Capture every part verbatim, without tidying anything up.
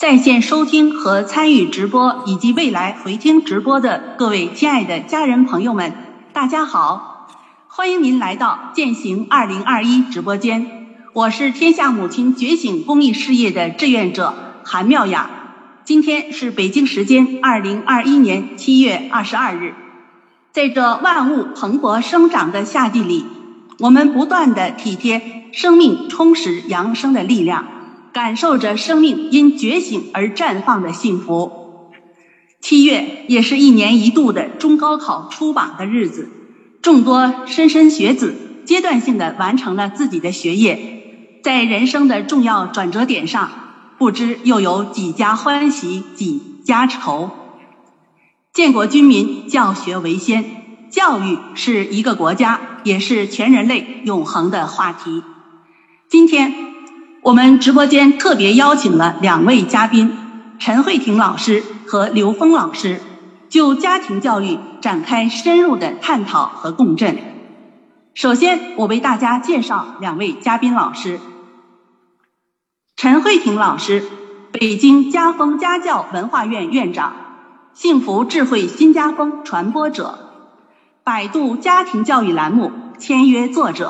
在线收听和参与直播以及未来回听直播的各位亲爱的家人朋友们，大家好，欢迎您来到践行二零二一直播间，我是天下母亲觉醒公益事业的志愿者韩妙雅。今天是北京时间二零二一年七月二十二日，在这万物蓬勃生长的夏季里，我们不断地体贴生命充实扬升的力量，感受着生命因觉醒而绽放的幸福。七月也是一年一度的中高考出榜的日子，众多莘莘学子阶段性地完成了自己的学业，在人生的重要转折点上，不知又有几家欢喜几家愁。建国军民教学为先，教育是一个国家也是全人类永恒的话题。今天我们直播间特别邀请了两位嘉宾，陈慧婷老师和刘峰老师，就家庭教育展开深入的探讨和共振。首先，我为大家介绍两位嘉宾老师。陈慧婷老师，北京家风家教文化院院长，幸福智慧新家风传播者，百度家庭教育栏目签约作者，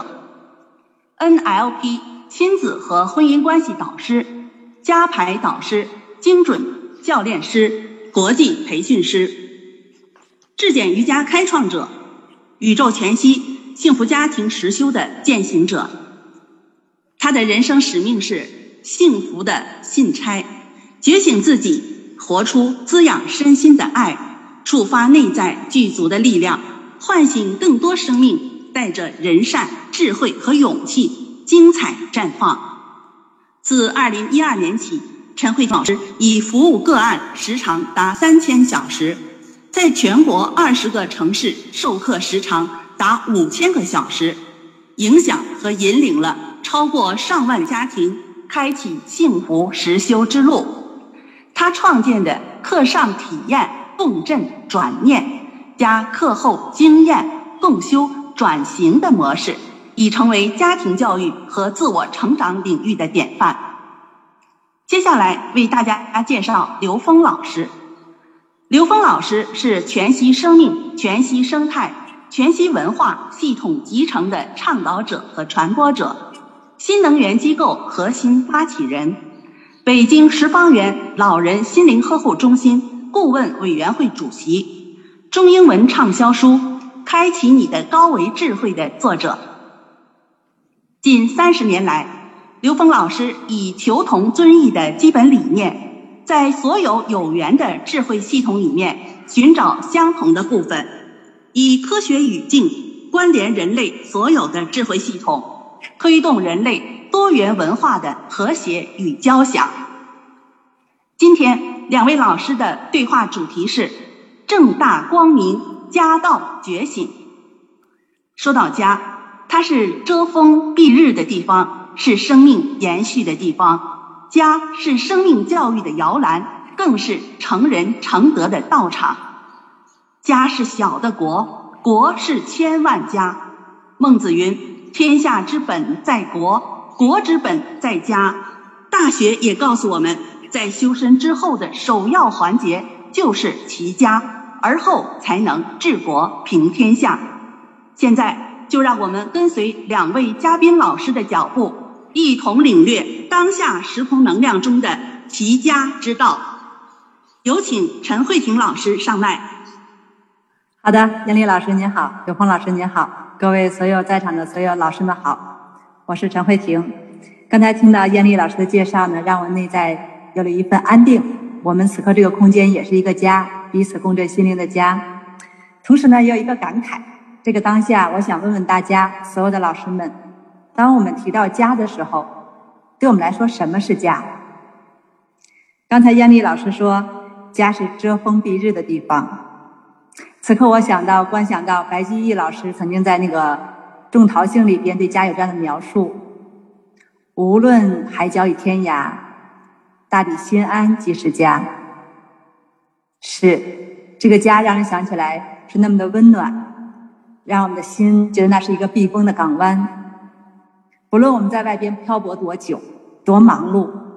N L P 亲子和婚姻关系导师，家排导师，精准教练师，国际培训师，质检瑜伽开创者，宇宙全息幸福家庭实修的践行者。他的人生使命是幸福的信差，觉醒自己，活出滋养身心的爱，触发内在具足的力量，唤醒更多生命，带着人善、智慧和勇气精彩绽放。自二零一二年起，陈慧婷老师已服务个案时长达三千小时，在全国二十个城市授课时长达五千个小时，影响和引领了超过上万家庭开启幸福实修之路。他创建的课上体验共振转念加课后经验共修转型的模式，已成为家庭教育和自我成长领域的典范。接下来为大家介绍刘峰老师。刘峰老师是全息生命、全息生态、全息文化系统集成的倡导者和传播者，新能源机构核心发起人，北京十方园老人心灵呵护中心顾问委员会主席，中英文畅销书《开启你的高维智慧》的作者。近三十年来，刘峰老师以求同尊异的基本理念，在所有有缘的智慧系统里面寻找相同的部分，以科学语境关联人类所有的智慧系统，推动人类多元文化的和谐与交响。今天两位老师的对话主题是正大光明，家道觉醒。说到家，它是遮风避日的地方，是生命延续的地方，家是生命教育的摇篮，更是成人成德的道场。家是小的国，国是千万家。孟子云，天下之本在国，国之本在家。大学也告诉我们，在修身之后的首要环节就是齐家，而后才能治国平天下。现在就让我们跟随两位嘉宾老师的脚步，一同领略当下时空能量中的齐家之道。有请陈慧婷老师上麦。 好的，燕丽老师您好，刘峰老师您好，各位所有在场的所有老师们好，我是陈慧婷。刚才听到燕丽老师的介绍呢，让我内在有了一份安定。我们此刻这个空间也是一个家，彼此共振心灵的家。同时呢，也有一个感慨。这个当下，我想问问大家，所有的老师们，当我们提到家的时候，对我们来说什么是家？刚才燕丽老师说，家是遮风避日的地方。此刻我想到，观想到白居易老师曾经在那个《种桃杏》里边对家有这样的描述：无论海角与天涯，大抵心安即是家。是，这个家让人想起来是那么的温暖，让我们的心觉得那是一个避风的港湾。不论我们在外边漂泊多久，多忙碌，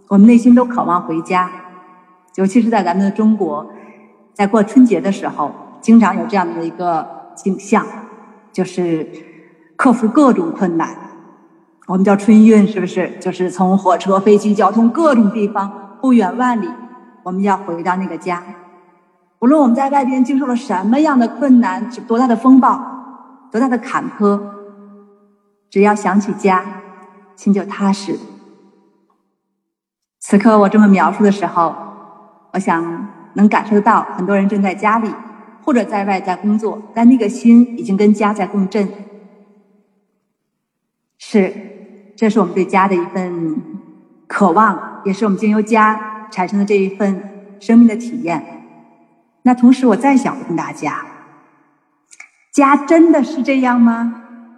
我们内心都渴望回家，尤其是在咱们的中国，在过春节的时候，经常有这样的一个景象，就是克服各种困难。我们叫春运，是不是？就是从火车、飞机、交通各种地方，不远万里，我们要回到那个家。无论我们在外边经受了什么样的困难，多大的风暴，多大的坎坷，只要想起家，心就踏实。此刻我这么描述的时候，我想能感受到很多人正在家里或者在外在工作，但那个心已经跟家在共振。是，这是我们对家的一份渴望，也是我们经由家产生的这一份生命的体验。那同时我再想问大家，家真的是这样吗？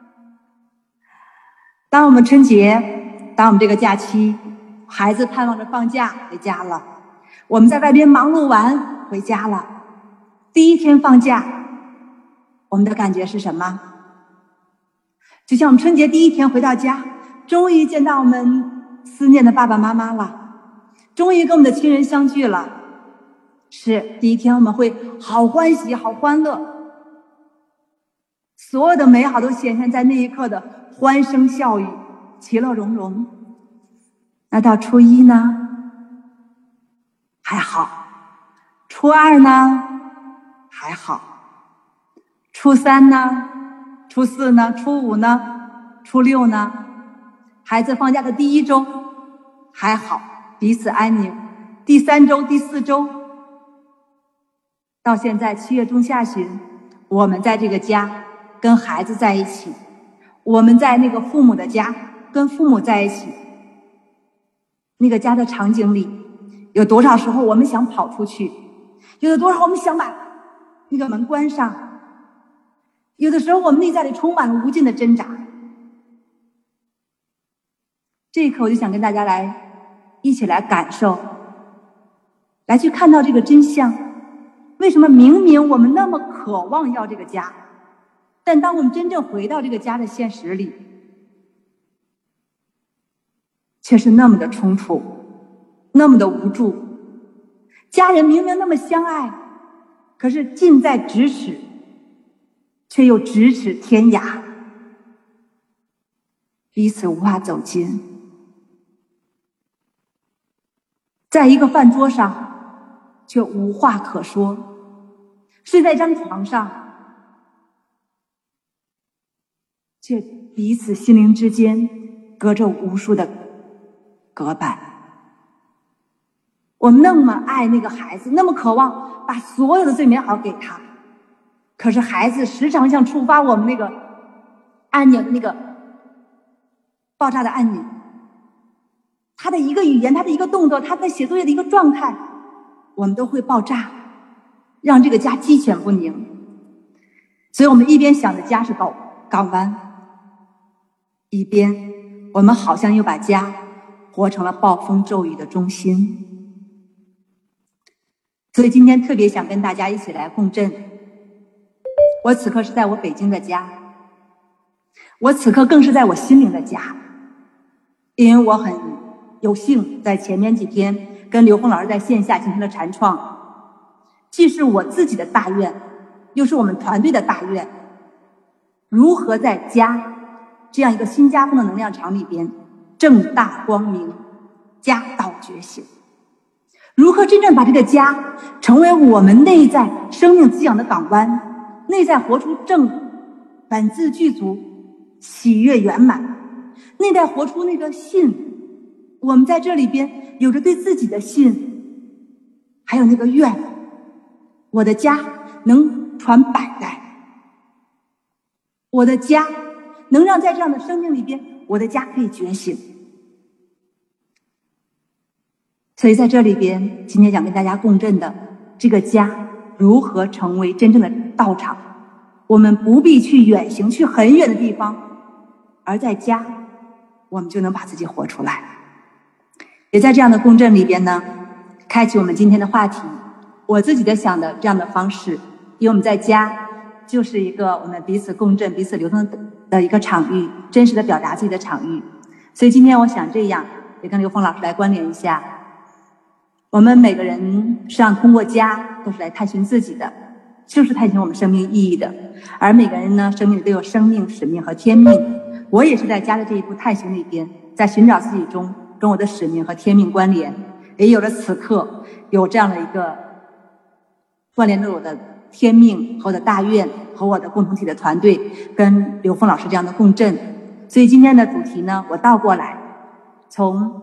当我们春节，当我们这个假期，孩子盼望着放假回家了，我们在外边忙碌完回家了，第一天放假，我们的感觉是什么？就像我们春节第一天回到家，终于见到我们思念的爸爸妈妈了，终于跟我们的亲人相聚了。是，第一天我们会好欢喜好欢乐，所有的美好都显现在那一刻的欢声笑语，其乐融融。那到初一呢？还好。初二呢？还好。初三呢？初四呢？初五呢？初六呢？孩子放假的第一周还好，彼此安宁。第三周、第四周，到现在七月中下旬，我们在这个家跟孩子在一起，我们在那个父母的家跟父母在一起。那个家的场景里，有多少时候我们想跑出去，有的多少我们想把那个门关上，有的时候我们内在里充满了无尽的挣扎。这一刻我就想跟大家来一起来感受，来去看到这个真相。为什么明明我们那么渴望要这个家，但当我们真正回到这个家的现实里，却是那么的冲突，那么的无助。家人明明那么相爱，可是近在咫尺，却又咫尺天涯，彼此无法走近。在一个饭桌上，却无话可说；睡在一张床上，却彼此心灵之间隔着无数的隔板。我那么爱那个孩子，那么渴望把所有的最美好给他，可是孩子时常像触发我们那个按钮的那个爆炸的按钮，他的一个语言，他的一个动作，他在写作业的一个状态，我们都会爆炸，让这个家鸡犬不宁。所以我们一边想着家是港港湾，一边我们好像又把家活成了暴风骤雨的中心。所以今天特别想跟大家一起来共振。我此刻是在我北京的家，我此刻更是在我心灵的家。因为我很有幸在前面几天跟刘峰老师在线下进行了禅创，既是我自己的大愿，又是我们团队的大愿。如何在家这样一个新家风的能量场里边正大光明，家道觉醒？如何真正把这个家成为我们内在生命滋养的港湾，内在活出正本自具足，喜悦圆满，内在活出那个信，我们在这里边有着对自己的信，还有那个愿，我的家能传百代，我的家能让在这样的生命里边，我的家可以觉醒。所以在这里边，今天想跟大家共振的这个家如何成为真正的道场，我们不必去远行，去很远的地方，而在家我们就能把自己活出来。也在这样的共振里边呢，开启我们今天的话题。我自己的想的这样的方式，因为我们在家就是一个我们彼此共振、彼此流通的一个场域，真实的表达自己的场域。所以今天我想这样， 也跟刘峰老师来关联一下。我们每个人实际上通过家都是来探寻自己的，就是探寻我们生命意义的。而每个人呢，生命里都有生命、使命和天命。我也是在家的这一步探寻里边，在寻找自己中跟我的使命和天命关联，也有了此刻有这样的一个关联着我的天命和我的大愿和我的共同体的团队，跟刘峰老师这样的共振。所以今天的主题呢，我倒过来，从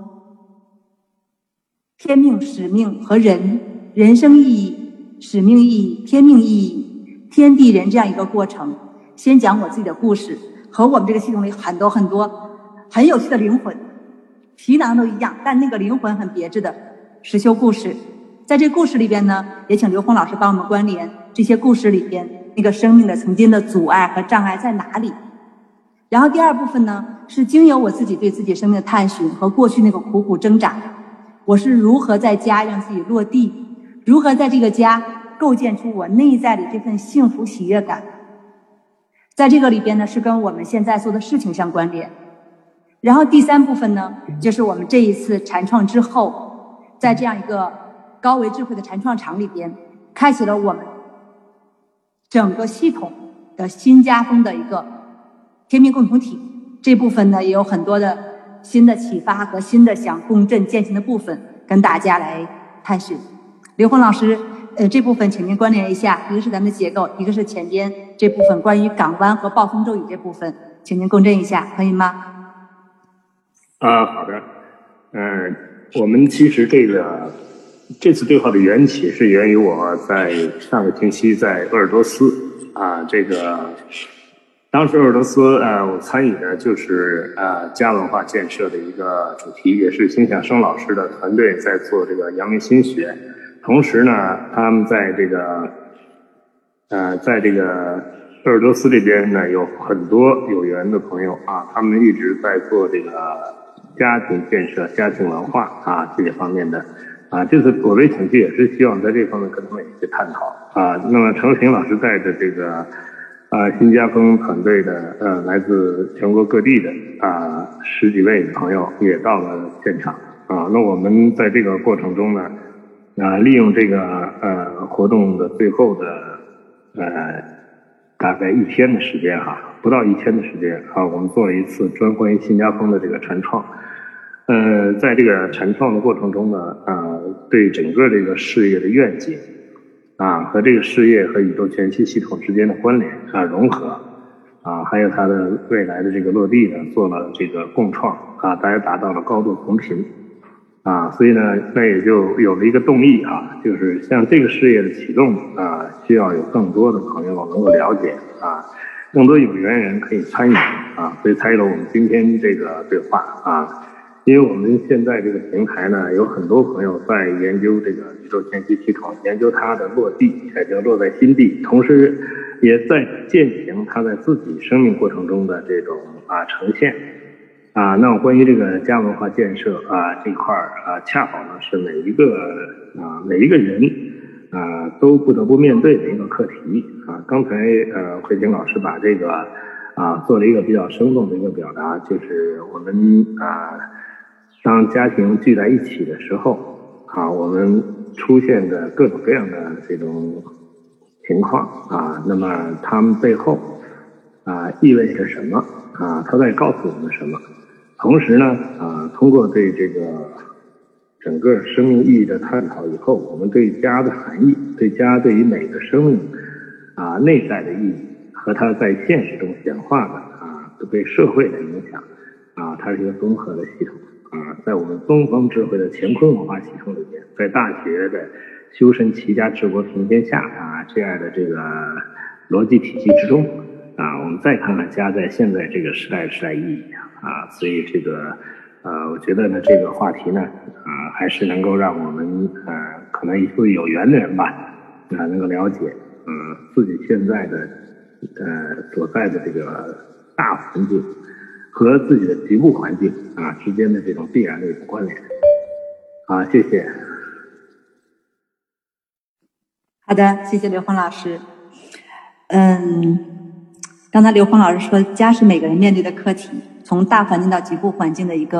天命、使命和人、人生意义、使命意义、天命意义、天地人这样一个过程，先讲我自己的故事和我们这个系统里很多很多很有趣的灵魂，皮囊都一样，但那个灵魂很别致的实修故事。在这故事里边呢，也请刘峰老师帮我们关联这些故事里边那个生命的曾经的阻碍和障碍在哪里。然后第二部分呢，是经由我自己对自己生命的探寻和过去那个苦苦挣扎，我是如何在家让自己落地，如何在这个家构建出我内在里这份幸福喜悦感。在这个里边呢，是跟我们现在做的事情相关联。然后第三部分呢，就是我们这一次禅创之后，在这样一个高维智慧的禅创场里边，开启了我们整个系统的新家风的一个天命共同体。这部分呢，也有很多的新的启发和新的想共振践行的部分，跟大家来探寻。刘峰老师，呃，这部分请您关联一下，一个是咱们的结构，一个是前边这部分关于港湾和暴风骤雨这部分，请您共振一下，可以吗？ 啊，好的。嗯、呃，我们其实这个这次对话的缘起是源于我在上个星期在鄂尔多斯啊，这个当时鄂尔多斯呃，我参与的就是呃家文化建设的一个主题，也是辛晓生老师的团队在做这个阳明心学。同时呢，他们在这个呃，在这个鄂尔多斯这边呢，有很多有缘的朋友啊，他们一直在做这个家庭建设、家庭文化啊这些方面的啊。这次我被请去也是希望在这方面跟他们一起探讨啊。那么陈平老师带着这个啊新家风团队的呃来自全国各地的啊十几位朋友也到了现场啊。那我们在这个过程中呢。啊，利用这个呃活动的最后的呃大概一天的时间哈，不到一天的时间啊，我们做了一次专关于新家风的这个禅创。呃，在这个禅创的过程中呢，啊，对整个这个事业的愿景啊和这个事业和宇宙全息系统之间的关联啊融合啊，还有它的未来的这个落地呢，做了这个共创啊，大家达到了高度同频。啊，所以呢，那也就有了一个动力啊，就是像这个事业的启动啊，需要有更多的朋友能够了解啊，更多有缘人可以参与啊，所以参与了我们今天这个对话啊。因为我们现在这个平台呢，有很多朋友在研究这个宇宙全息系统，研究它的落地，也就落在心地，同时也在践行它在自己生命过程中的这种啊呈现。啊，那关于这个家文化建设啊这块儿啊，恰好呢是每一个啊每一个人啊都不得不面对的一个课题啊。刚才呃慧婷老师把这个啊做了一个比较生动的一个表达，就是我们啊当家庭聚在一起的时候啊，我们出现的各种各样的这种情况啊，那么他们背后啊意味着什么啊？他在告诉我们什么？同时呢，啊，通过对这个整个生命意义的探讨以后，我们对家的含义，对家对于每个生命啊内在的意义和它在现实中显化的啊对社会的影响啊，它是一个综合的系统啊，在我们东方智慧的乾坤文化系统里面，在大学的修身齐家治国平天下啊这样的这个逻辑体系之中啊，我们再看看家在现在这个时代时代意义啊，所以这个呃，我觉得呢，这个话题呢，啊、呃，还是能够让我们呃，可能一部有缘的人吧，啊、呃，能够了解，嗯、呃，自己现在的呃所在的这个大环境和自己的局部环境啊之间的这种必然的一种关联。啊，谢谢。 好的，谢谢刘峰老师。嗯，刚才刘峰老师说，家是每个人面对的课题，从大环境到局部环境的一个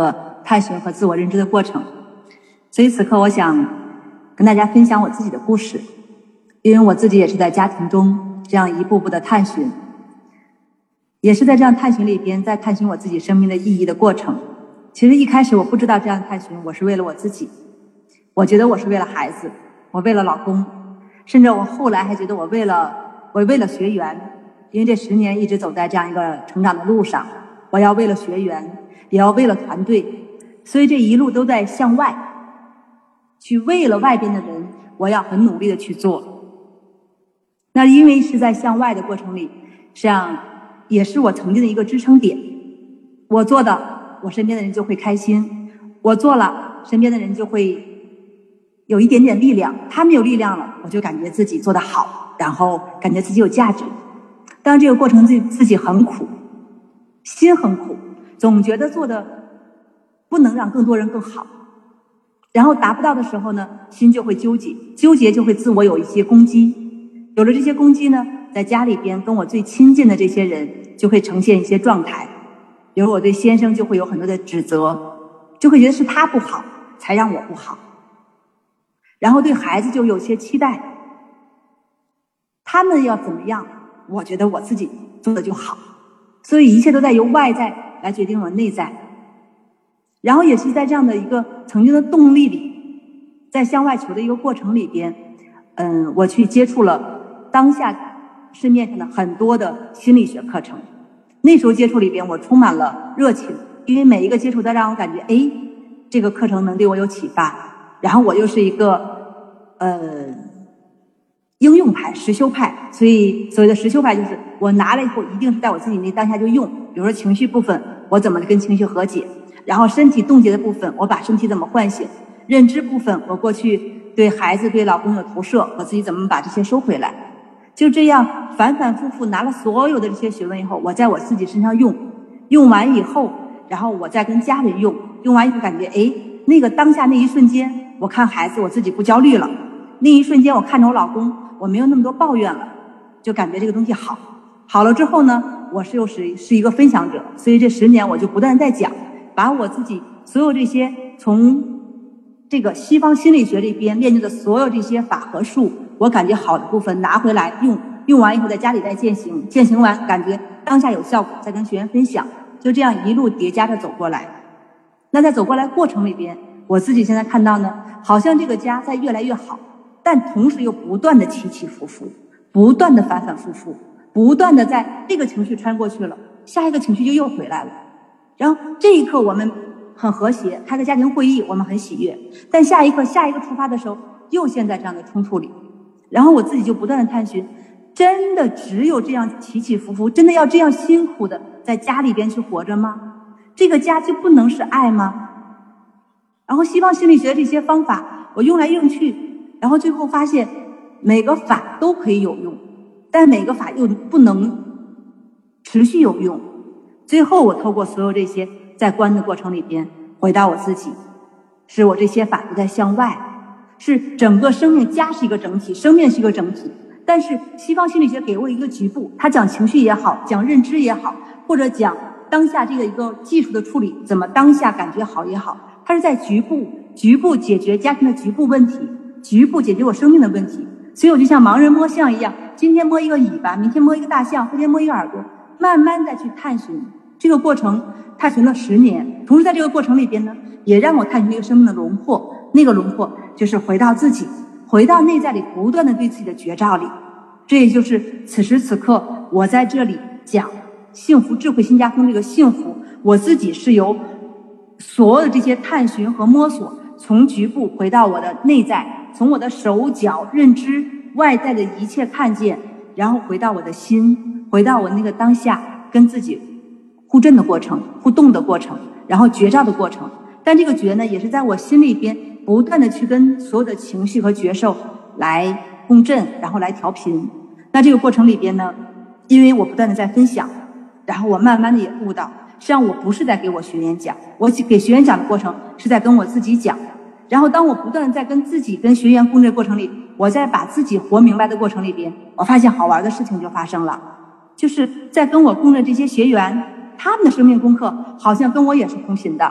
探寻和自我认知的过程。所以此刻我想跟大家分享我自己的故事，因为我自己也是在家庭中这样一步步的探寻，也是在这样探寻里边在探寻我自己生命的意义的过程。其实一开始我不知道这样探寻我是为了我自己，我觉得我是为了孩子，我为了老公，甚至我后来还觉得我为了我为了学员，因为这十年一直走在这样一个成长的路上，我要为了学员，也要为了团队，所以这一路都在向外去，为了外边的人我要很努力的去做。那因为是在向外的过程里，实际上也是我曾经的一个支撑点，我做的我身边的人就会开心，我做了身边的人就会有一点点力量，他们有力量了，我就感觉自己做得好，然后感觉自己有价值。当然这个过程自己自己很苦，心很苦，总觉得做的不能让更多人更好，然后达不到的时候呢，心就会纠结，纠结就会自我有一些攻击，有了这些攻击呢，在家里边跟我最亲近的这些人就会呈现一些状态，比如我对先生就会有很多的指责，就会觉得是他不好才让我不好，然后对孩子就有些期待，他们要怎么样，我觉得我自己做的就好，所以一切都在由外在来决定我内在。然后也是在这样的一个曾经的动力里，在向外求的一个过程里边，嗯，我去接触了当下市面上的很多的心理学课程。那时候接触里边我充满了热情，因为每一个接触都让我感觉诶，这个课程能对我有启发，然后我又是一个呃应用派实修派，所以所谓的实修派就是我拿了以后一定是在我自己那当下就用，比如说情绪部分我怎么跟情绪和解，然后身体冻结的部分我把身体怎么唤醒，认知部分我过去对孩子对老公有投射，我自己怎么把这些收回来，就这样反反复复拿了所有的这些学问以后，我在我自己身上用，用完以后然后我再跟家人用，用完以后感觉诶，那个当下那一瞬间我看孩子我自己不焦虑了，那一瞬间我看着我老公我没有那么多抱怨了，就感觉这个东西好。好了之后呢，我是又是是一个分享者，所以这十年我就不断在讲，把我自己所有这些从这个西方心理学这边练就的所有这些法和术，我感觉好的部分拿回来用，用完以后在家里再践行，践行完感觉当下有效果，再跟学员分享，就这样一路叠加着走过来。那在走过来过程里边，我自己现在看到呢，好像这个家在越来越好，但同时又不断的起起伏伏，不断的反反复复，不断的在这个情绪穿过去了，下一个情绪就又回来了。然后这一刻我们很和谐，开个家庭会议我们很喜悦，但下一刻下一个出发的时候又陷在这样的冲突里。然后我自己就不断的探寻，真的只有这样起起伏伏，真的要这样辛苦的在家里边去活着吗？这个家就不能是爱吗？然后西方心理学这些方法我用来用去，然后最后发现每个法都可以有用，但每个法又不能持续有用。最后我透过所有这些在观的过程里边回到我自己，是我这些法都在向外，是整个生命家是一个整体，生命是一个整体，但是西方心理学给我一个局部，他讲情绪也好，讲认知也好，或者讲当下这个一个技术的处理，怎么当下感觉好也好，它是在局部局部解决家庭的局部问题，局部解决我生命的问题。所以我就像盲人摸象一样，今天摸一个尾巴，明天摸一个大象，后天摸一个耳朵，慢慢再去探寻。这个过程探寻了十年，同时在这个过程里边呢，也让我探寻一个生命的轮廓，那个轮廓就是回到自己，回到内在里，不断的对自己的觉照里。这也就是此时此刻我在这里讲幸福智慧新家风，这个幸福我自己是由所有的这些探寻和摸索，从局部回到我的内在，从我的手脚认知外在的一切看见，然后回到我的心，回到我那个当下跟自己互振的过程，互动的过程，然后觉照的过程。但这个觉呢，也是在我心里边不断的去跟所有的情绪和觉受来共振，然后来调频。那这个过程里边呢，因为我不断的在分享，然后我慢慢的也悟到，实际上我不是在给我学员讲，我给学员讲的过程是在跟我自己讲。然后当我不断的在跟自己跟学员共振的过程里，我在把自己活明白的过程里边，我发现好玩的事情就发生了，就是在跟我共振这些学员，他们的生命功课好像跟我也是同频的，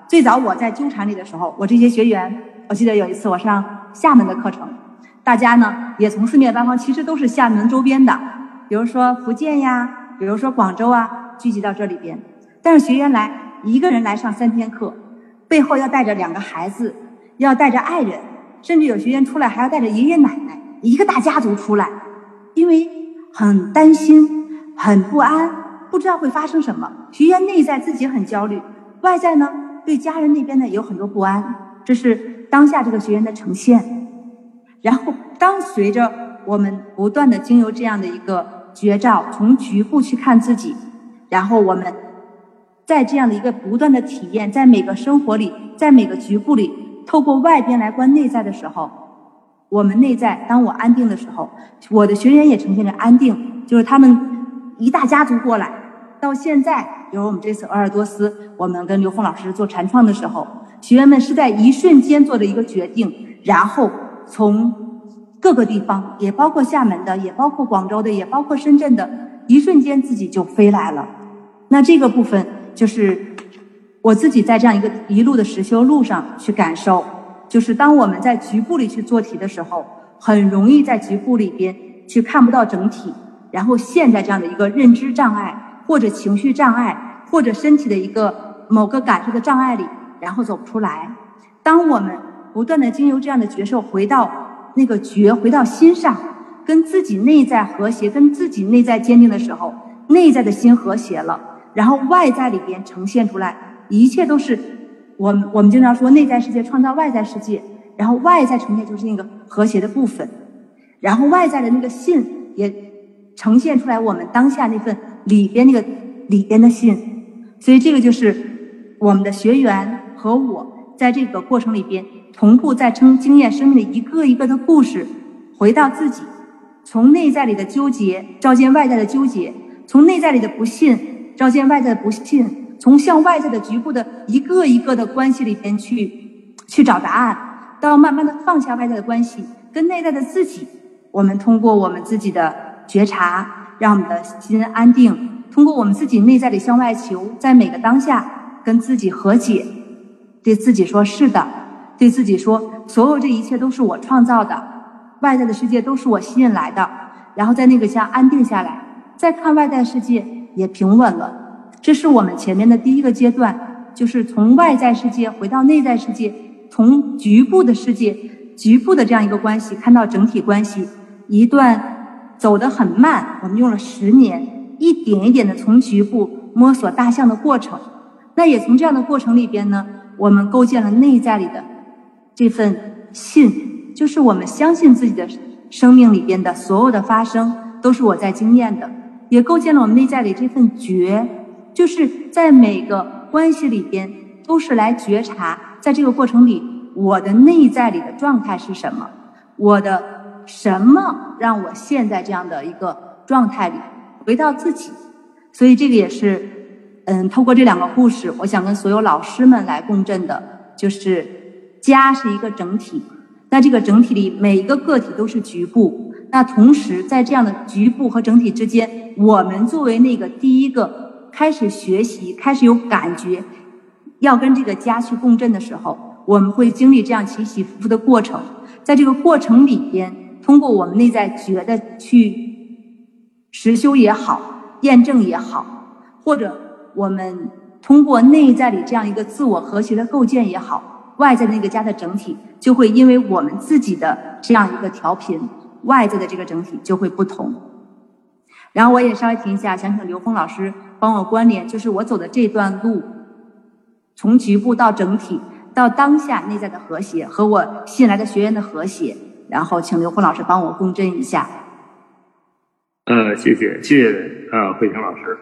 最早我在纠缠里的时候，我这些学员，我记得有一次我上厦门的课程，大家呢也从四面八方，其实都是厦门周边的，比如说福建呀，比如说广州啊，聚集到这里边。但是学员来，一个人来上三天课，背后要带着两个孩子，要带着爱人，甚至有学员出来还要带着爷爷奶奶，一个大家族出来，因为很担心，很不安，不知道会发生什么。学员内在自己很焦虑，外在呢对家人那边呢有很多不安，这是当下这个学员的呈现。然后当随着我们不断的经由这样的一个觉照，从局部去看自己，然后我们在这样的一个不断的体验，在每个生活里，在每个局部里，透过外边来观内在的时候，我们内在当我安定的时候，我的学员也呈现着安定，就是他们一大家族过来，到现在比如我们这次鄂尔多斯，我们跟刘峰老师做禅创的时候，学员们是在一瞬间做的一个决定，然后从各个地方，也包括厦门的，也包括广州的，也包括深圳的，一瞬间自己就飞来了。那这个部分就是我自己在这样一个一路的实修路上去感受，就是当我们在局部里去做题的时候，很容易在局部里边去看不到整体，然后陷在这样的一个认知障碍，或者情绪障碍，或者身体的一个某个感受的障碍里，然后走不出来。当我们不断的经由这样的觉受回到那个觉，回到心上，跟自己内在和谐，跟自己内在坚定的时候，内在的心和谐了，然后外在里边呈现出来，一切都是我们我们经常说内在世界创造外在世界，然后外在呈现就是那个和谐的部分，然后外在的那个信也呈现出来我们当下那份里边那个里边的信。所以这个就是我们的学员和我在这个过程里边同步在称经验生命的一个一个的故事，回到自己，从内在里的纠结照见外在的纠结，从内在里的不信照见外在的不信，从向外在的局部的一个一个的关系里边去去找答案，到慢慢的放下外在的关系，跟内在的自己，我们通过我们自己的觉察，让我们的心安定，通过我们自己内在里向外求，在每个当下跟自己和解，对自己说是的，对自己说所有这一切都是我创造的，外在的世界都是我吸引来的，然后在那个下安定下来，再看外在世界也平稳了。这是我们前面的第一个阶段，就是从外在世界回到内在世界，从局部的世界局部的这样一个关系看到整体关系，一段走得很慢，我们用了十年，一点一点的从局部摸索大象的过程。那也从这样的过程里边呢，我们构建了内在里的这份信，就是我们相信自己的生命里边的所有的发生都是我在经验的，也构建了我们内在里这份觉，就是在每个关系里边都是来觉察，在这个过程里我的内在里的状态是什么，我的什么让我现在这样的一个状态里回到自己。所以这个也是嗯，透过这两个故事，我想跟所有老师们来共振的，就是家是一个整体，那这个整体里每一个个体都是局部，那同时在这样的局部和整体之间，我们作为那个第一个开始学习，开始有感觉要跟这个家去共振的时候，我们会经历这样起起伏伏的过程。在这个过程里边，通过我们内在觉得去实修也好，验证也好，或者我们通过内在里这样一个自我和谐的构建也好，外在那个家的整体就会因为我们自己的这样一个调频，外在的这个整体就会不同。然后我也稍微停一下，想请刘峰老师帮我关联，就是我走的这段路，从局部到整体，到当下内在的和谐和我吸引来的学员的和谐，然后请刘峰老师帮我共振一下。 呃，谢谢，谢谢啊，慧婷老师。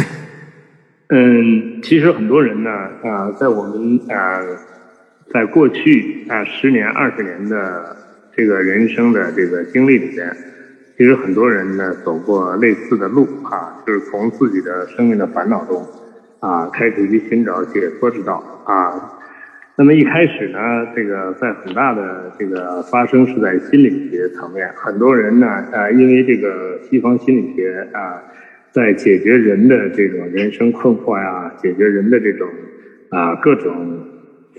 嗯，其实很多人呢，呃，在我们呃，在过去啊、呃、十年、二十年的这个人生的这个经历里边，其实很多人呢走过类似的路啊，就是从自己的生命的烦恼中啊开始去寻找解脱之道啊。那么一开始呢，这个在很大的这个发生是在心理学层面，很多人呢，呃，因为这个西方心理学啊。在解决人的这种人生困惑呀，解决人的这种啊各种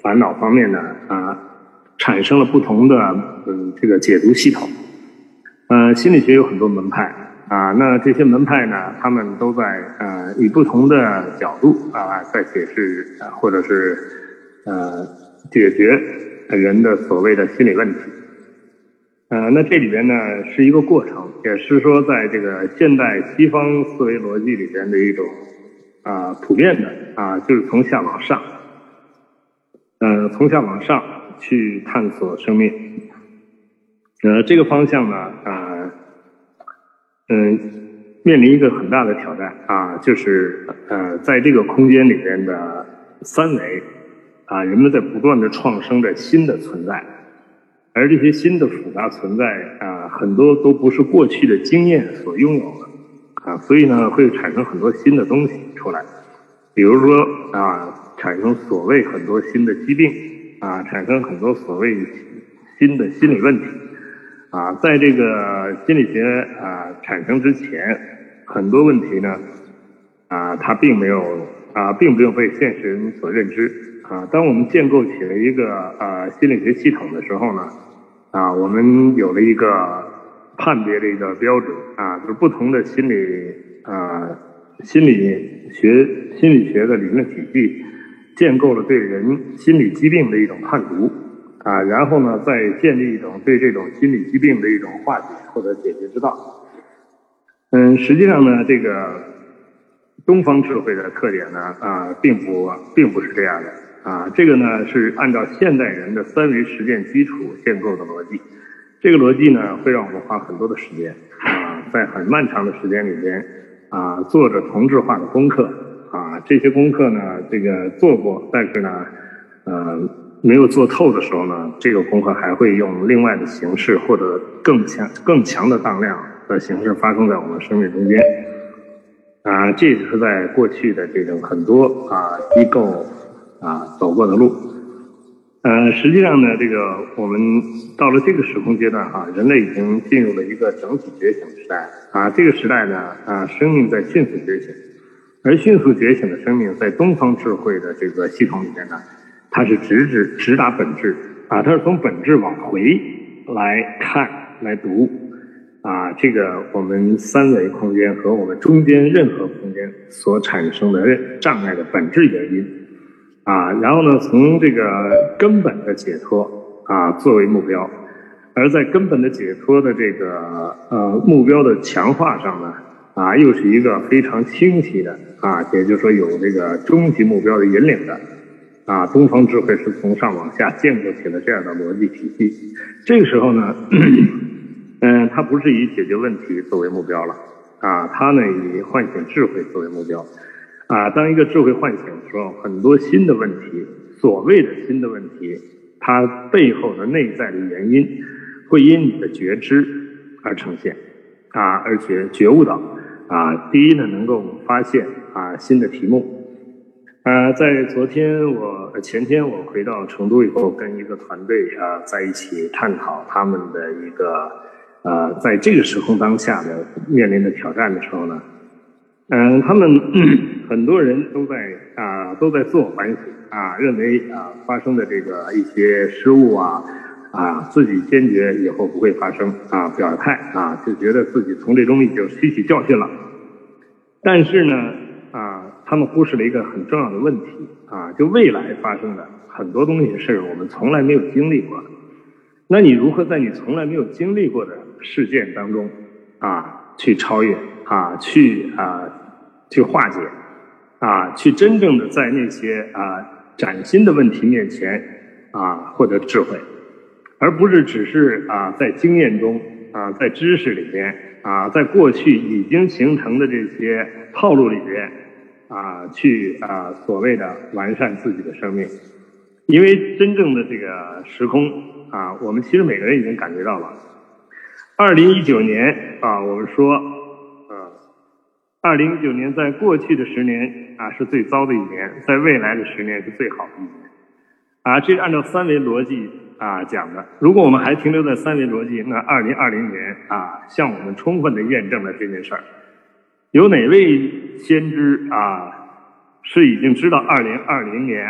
烦恼方面呢啊产生了不同的嗯这个解读系统。呃，心理学有很多门派啊，那这些门派呢，他们都在呃以不同的角度啊在解释啊或者是呃解决人的所谓的心理问题。呃，那这里边呢是一个过程，也是说在这个现代西方思维逻辑里边的一种啊普遍的啊，就是从下往上，呃，从下往上去探索生命。呃，这个方向呢，啊，嗯，面临一个很大的挑战啊，就是呃，在这个空间里边的三维啊，人们在不断的创生着新的存在，而这些新的复杂存在啊，很多都不是过去的经验所拥有的啊，所以呢，会产生很多新的东西出来，比如说啊，产生所谓很多新的疾病啊，产生很多所谓新的心理问题。啊，在这个心理学啊产生之前，很多问题呢，啊，它并没有啊，并没有被现实人所认知啊。当我们建构起了一个啊心理学系统的时候呢，啊，我们有了一个判别的一个标准啊，就是不同的心理啊心理学心理学的理论体系，建构了对人心理疾病的一种判读。啊，然后呢，再建立一种对这种心理疾病的一种化解或者解决之道。嗯，实际上呢，这个东方智慧的特点呢，啊，并不并不是这样的啊。这个呢是按照现代人的三维实践基础建构的逻辑。这个逻辑呢，会让我们花很多的时间啊，在很漫长的时间里边啊，做着同质化的功课啊。这些功课呢，这个做过，但是呢，呃。没有做透的时候呢，这个功课还会用另外的形式或者更强更强的当量的形式发生在我们生命中间啊，这也是在过去的这种很多啊机构啊走过的路。呃，实际上呢，这个我们到了这个时空阶段哈、啊，人类已经进入了一个整体觉醒的时代啊。这个时代呢啊，生命在迅速觉醒，而迅速觉醒的生命在东方智慧的这个系统里面呢。它是直指直达本质啊，它是从本质往回来看来读啊，这个我们三维空间和我们中间任何空间所产生的障碍的本质原因啊，然后呢，从这个根本的解脱啊作为目标，而在根本的解脱的这个呃目标的强化上呢啊，又是一个非常清晰的啊，也就是说有这个终极目标的引领的。啊，东方智慧是从上往下建构起了这样的逻辑体系。这个时候呢，嗯，它不是以解决问题作为目标了，啊，它呢以唤醒智慧作为目标。啊，当一个智慧唤醒的时候，很多新的问题，所谓的新的问题，它背后的内在的原因，会因你的觉知而呈现，啊，而觉觉悟到，啊，第一呢，能够发现啊新的题目。呃，在昨天我前天我回到成都以后，跟一个团队啊、呃、在一起探讨他们的一个呃在这个时空当下的面临的挑战的时候呢，嗯、呃，他们很多人都在啊、呃、都在自我反省啊，认为啊、呃、发生的这个一些失误啊啊自己坚决以后不会发生啊，表态啊，就觉得自己从这中已经吸取教训了，但是呢啊。他们忽视了一个很重要的问题啊，就未来发生的很多东西是我们从来没有经历过的。那你如何在你从来没有经历过的事件当中啊，去超越啊，去啊，去化解啊，去真正的在那些啊崭新的问题面前啊获得智慧，而不是只是啊在经验中啊，在知识里边啊，在过去已经形成的这些套路里边。啊，去啊，所谓的完善自己的生命，因为真正的这个时空啊，我们其实每个人已经感觉到了。二零一九年啊，我们说，呃，二零一九年在过去的十年啊是最糟的一年，在未来的十年是最好的一年。啊，这是按照三维逻辑啊讲的。如果我们还停留在三维逻辑，那二零二零年啊，向我们充分的验证了这件事儿。有哪位先知啊是已经知道二零二零年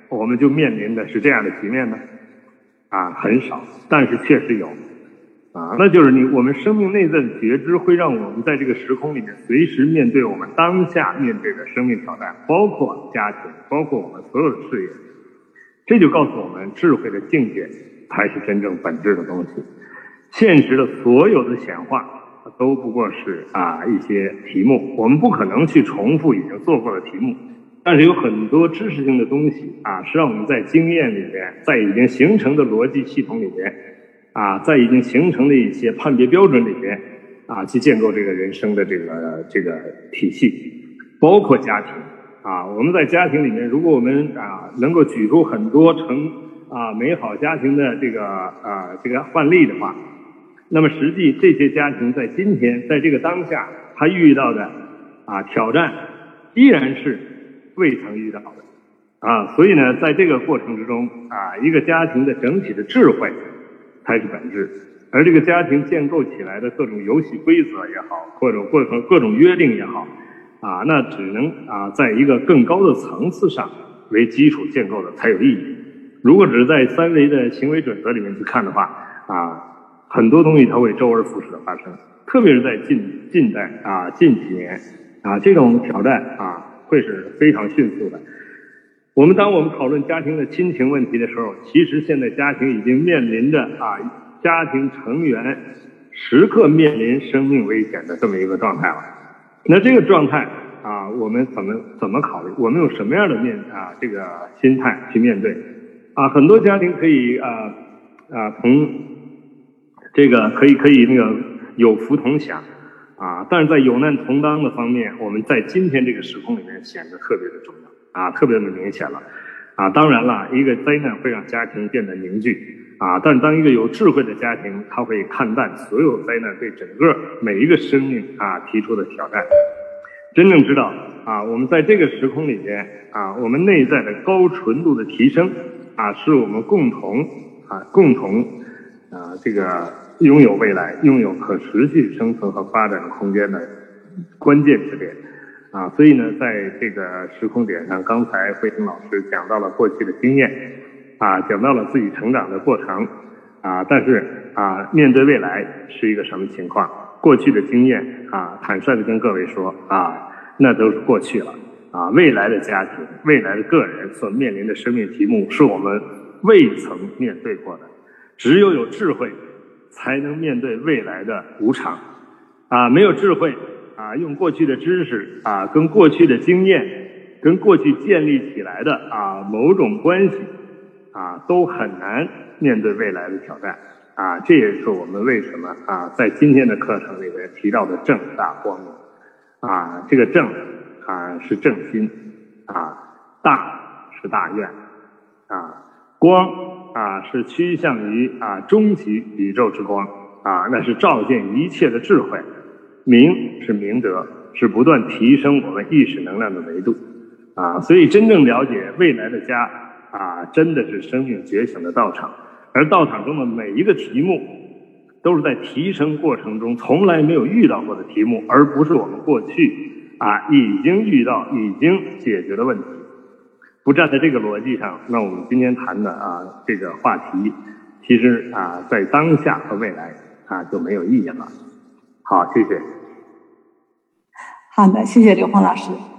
我们就面临的是这样的局面呢？啊，很少，但是确实有。啊，那就是你我们生命内在的觉知会让我们在这个时空里面随时面对我们当下面对的生命挑战，包括家庭，包括我们所有的事业。这就告诉我们，智慧的境界才是真正本质的东西。现实的所有的显化都不过是啊一些题目，我们不可能去重复已经做过的题目，但是有很多知识性的东西啊，是让我们在经验里面，在已经形成的逻辑系统里面啊，在已经形成的一些判别标准里面啊，去建构这个人生的这个这个体系，包括家庭啊。我们在家庭里面，如果我们啊能够举出很多成啊美好家庭的这个啊这个范例的话，那么实际这些家庭在今天在这个当下，他遇到的啊挑战依然是未曾遇到的啊。所以呢，在这个过程之中啊，一个家庭的整体的智慧才是本质，而这个家庭建构起来的各种游戏规则也好，各种各种各种约定也好，啊，那只能啊在一个更高的层次上为基础建构的才有意义。如果只是在三维的行为准则里面去看的话，啊，很多东西它会周而复始的发生，特别是在近近代啊近几年啊，这种挑战啊会是非常迅速的。我们当我们讨论家庭的亲情问题的时候，其实现在家庭已经面临着啊家庭成员时刻面临生命危险的这么一个状态了。那这个状态啊，我们怎么怎么考虑？我们用什么样的面啊这个心态去面对？啊，很多家庭可以啊啊同这个可以可以那个有福同享啊，但是在有难同当的方面，我们在今天这个时空里面显得特别的重要。啊，特别的明显了，啊，当然了，一个灾难会让家庭变得凝聚，啊，但当一个有智慧的家庭，他会看淡所有灾难对整个每一个生命啊提出的挑战，真正知道啊，我们在这个时空里边啊，我们内在的高纯度的提升啊，是我们共同啊共同啊这个拥有未来、拥有可持续生存和发展空间的关键之点。啊，所以呢，在这个时空点上，刚才慧婷老师讲到了过去的经验，啊，讲到了自己成长的过程，啊，但是啊，面对未来是一个什么情况？过去的经验啊，坦率的跟各位说啊，那都是过去了啊，未来的家庭、未来的个人所面临的生命题目，是我们未曾面对过的。只有有智慧，才能面对未来的无常。啊，没有智慧。啊，用过去的知识啊，跟过去的经验，跟过去建立起来的啊某种关系啊，都很难面对未来的挑战啊。这也是我们为什么啊，在今天的课程里面提到的正大光明啊，这个正啊是正心啊，大是大愿啊，光啊是趋向于啊终极宇宙之光啊，那是照见一切的智慧。明是明德，是不断提升我们意识能量的维度啊，所以真正了解未来的家啊，真的是生命觉醒的道场，而道场中的每一个题目都是在提升过程中从来没有遇到过的题目，而不是我们过去啊已经遇到已经解决的问题。不站在这个逻辑上，那我们今天谈的啊这个话题其实啊在当下和未来啊就没有意义了。好，谢谢。 好的，谢谢刘峰老师。